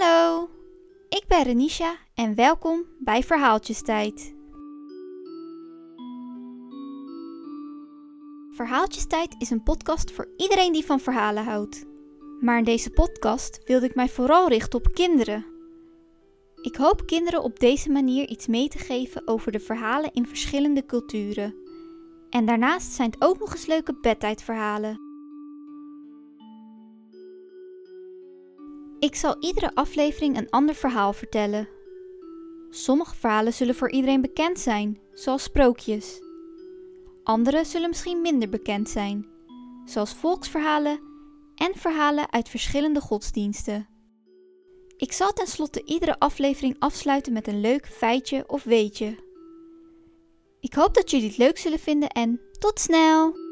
Hallo, ik ben Renisha en welkom bij Verhaaltjestijd. Verhaaltjestijd is een podcast voor iedereen die van verhalen houdt. Maar in deze podcast wilde ik mij vooral richten op kinderen. Ik hoop kinderen op deze manier iets mee te geven over de verhalen in verschillende culturen. En daarnaast zijn het ook nog eens leuke bedtijdverhalen. Ik zal iedere aflevering een ander verhaal vertellen. Sommige verhalen zullen voor iedereen bekend zijn, zoals sprookjes. Andere zullen misschien minder bekend zijn, zoals volksverhalen en verhalen uit verschillende godsdiensten. Ik zal tenslotte iedere aflevering afsluiten met een leuk feitje of weetje. Ik hoop dat jullie het leuk zullen vinden en tot snel!